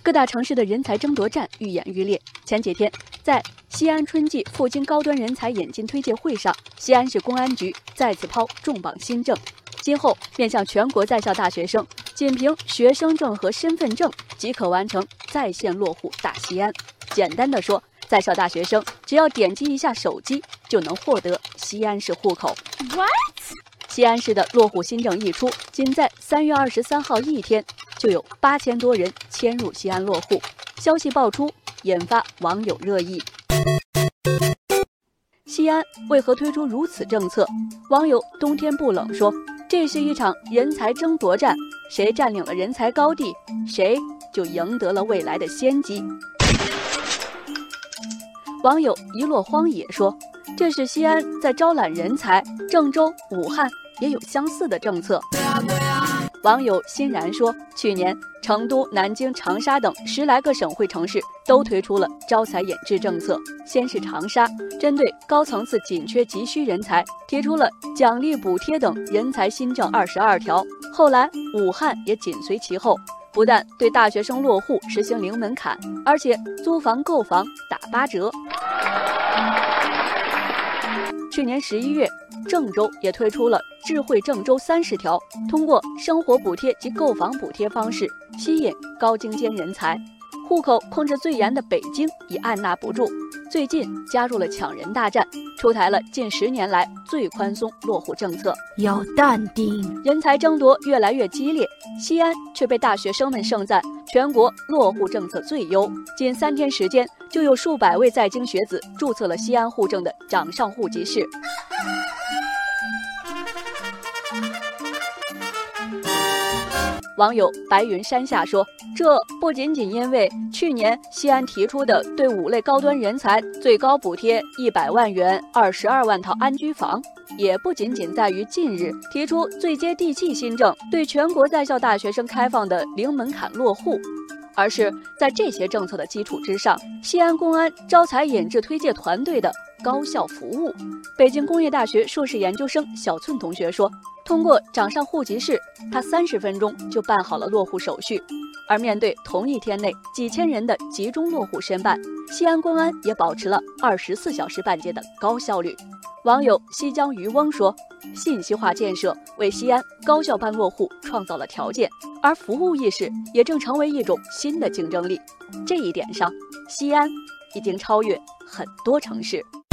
各大城市的人才争夺战愈演愈烈。前几天，在西安春季赴京高端人才引进推介会上，西安市公安局再次抛重磅新政，今后面向全国在校大学生，仅凭学生证和身份证即可完成在线落户大西安。简单的说，在校大学生只要点击一下手机，就能获得西安市户口。 What？ 西安市的落户新政一出，仅在3月23号一天，就有8000多人迁入西安落户。消息爆出，引发网友热议。西安为何推出如此政策？网友冬天不冷说，这是一场人才争夺战，谁占领了人才高地，谁就赢得了未来的先机。网友一落荒野说，这是西安在招揽人才，郑州、武汉也有相似的政策。网友欣然说，去年成都、南京、长沙等10来个省会城市都推出了招才引智政策。先是长沙针对高层次紧缺急需人才，提出了奖励补贴等人才新政22条，后来武汉也紧随其后，不但对大学生落户实行零门槛，而且租房购房打8折。去年11月，郑州也推出了智慧郑州30条，通过生活补贴及购房补贴方式吸引高精尖人才。户口控制最严的北京已按捺不住，最近加入了抢人大战，出台了近10年来最宽松落户政策。 要淡定， 人才争夺越来越激烈，西安却被大学生们盛赞全国落户政策最优。仅3天时间，就有数百位在京学子注册了西安户政的掌上户籍式。网友白云山下说，这不仅仅因为去年西安提出的对5类高端人才最高补贴100万元、22万套安居房，也不仅仅在于近日提出最接地气新政，对全国在校大学生开放的零门槛落户，而是在这些政策的基础之上，西安公安招才引智推介团队的高效服务。北京工业大学硕士研究生小寸同学说，通过掌上户籍式，他30分钟就办好了落户手续。而面对同一天内几千人的集中落户申办，西安公安也保持了24小时办结的高效率。网友西江渔翁说，信息化建设为西安高校办落户创造了条件，而服务意识也正成为一种新的竞争力。这一点上，西安已经超越很多城市。